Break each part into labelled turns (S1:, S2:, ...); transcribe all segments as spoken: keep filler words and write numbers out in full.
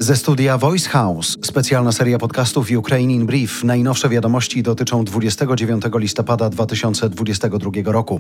S1: Ze studia Voice House, specjalna seria podcastów Ukraine in Brief. Najnowsze wiadomości dotyczą dwudziestego dziewiątego listopada dwa tysiące dwudziestego drugiego roku.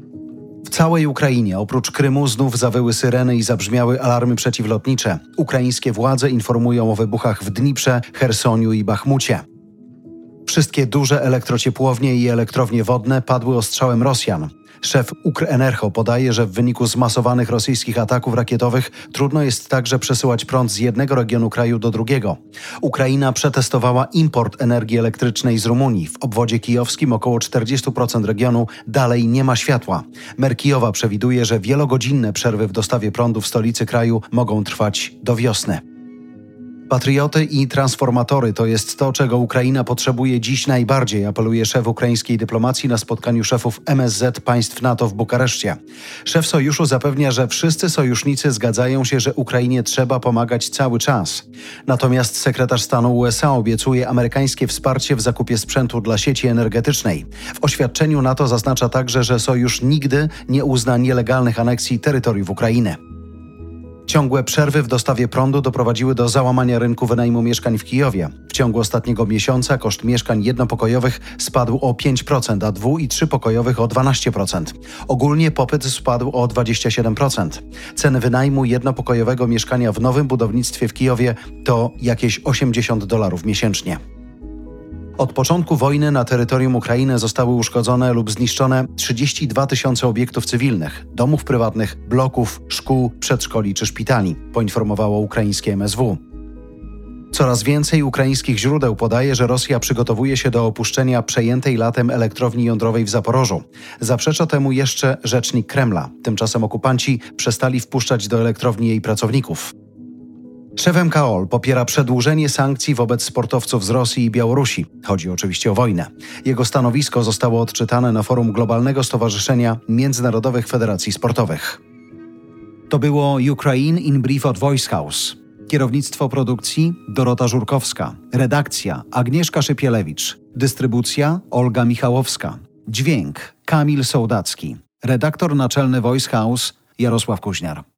S1: W całej Ukrainie, oprócz Krymu, znów zawyły syreny i zabrzmiały alarmy przeciwlotnicze. Ukraińskie władze informują o wybuchach w Dniprze, Chersoniu i Bachmucie. Wszystkie duże elektrociepłownie i elektrownie wodne padły ostrzałem Rosjan. Szef Ukrenergo podaje, że w wyniku zmasowanych rosyjskich ataków rakietowych trudno jest także przesyłać prąd z jednego regionu kraju do drugiego. Ukraina przetestowała import energii elektrycznej z Rumunii. W obwodzie kijowskim około czterdzieści procent regionu dalej nie ma światła. Mer Kijowa przewiduje, że wielogodzinne przerwy w dostawie prądu w stolicy kraju mogą trwać do wiosny. Patrioty i transformatory to jest to, czego Ukraina potrzebuje dziś najbardziej, apeluje szef ukraińskiej dyplomacji na spotkaniu szefów M S Z państw NATO w Bukareszcie. Szef sojuszu zapewnia, że wszyscy sojusznicy zgadzają się, że Ukrainie trzeba pomagać cały czas. Natomiast sekretarz stanu U S A obiecuje amerykańskie wsparcie w zakupie sprzętu dla sieci energetycznej. W oświadczeniu NATO zaznacza także, że sojusz nigdy nie uzna nielegalnych aneksji terytoriów Ukrainy. Ciągłe przerwy w dostawie prądu doprowadziły do załamania rynku wynajmu mieszkań w Kijowie. W ciągu ostatniego miesiąca koszt mieszkań jednopokojowych spadł o pięć procent, a dwu- i trzypokojowych o dwanaście procent. Ogólnie popyt spadł o dwadzieścia siedem procent. Ceny wynajmu jednopokojowego mieszkania w nowym budownictwie w Kijowie to jakieś osiemdziesiąt dolarów miesięcznie. Od początku wojny na terytorium Ukrainy zostały uszkodzone lub zniszczone trzydzieści dwa tysiące obiektów cywilnych, domów prywatnych, bloków, szkół, przedszkoli czy szpitali, poinformowało ukraińskie M S W. Coraz więcej ukraińskich źródeł podaje, że Rosja przygotowuje się do opuszczenia przejętej latem elektrowni jądrowej w Zaporożu. Zaprzecza temu jeszcze rzecznik Kremla. Tymczasem okupanci przestali wpuszczać do elektrowni jej pracowników. Szef M K O L popiera przedłużenie sankcji wobec sportowców z Rosji i Białorusi. Chodzi oczywiście o wojnę. Jego stanowisko zostało odczytane na forum Globalnego Stowarzyszenia Międzynarodowych Federacji Sportowych. To było Ukraine in Brief od Voice House. Kierownictwo produkcji Dorota Żurkowska. Redakcja Agnieszka Szypielewicz. Dystrybucja Olga Michałowska. Dźwięk Kamil Sołdacki. Redaktor naczelny Voice House Jarosław Kuźniar.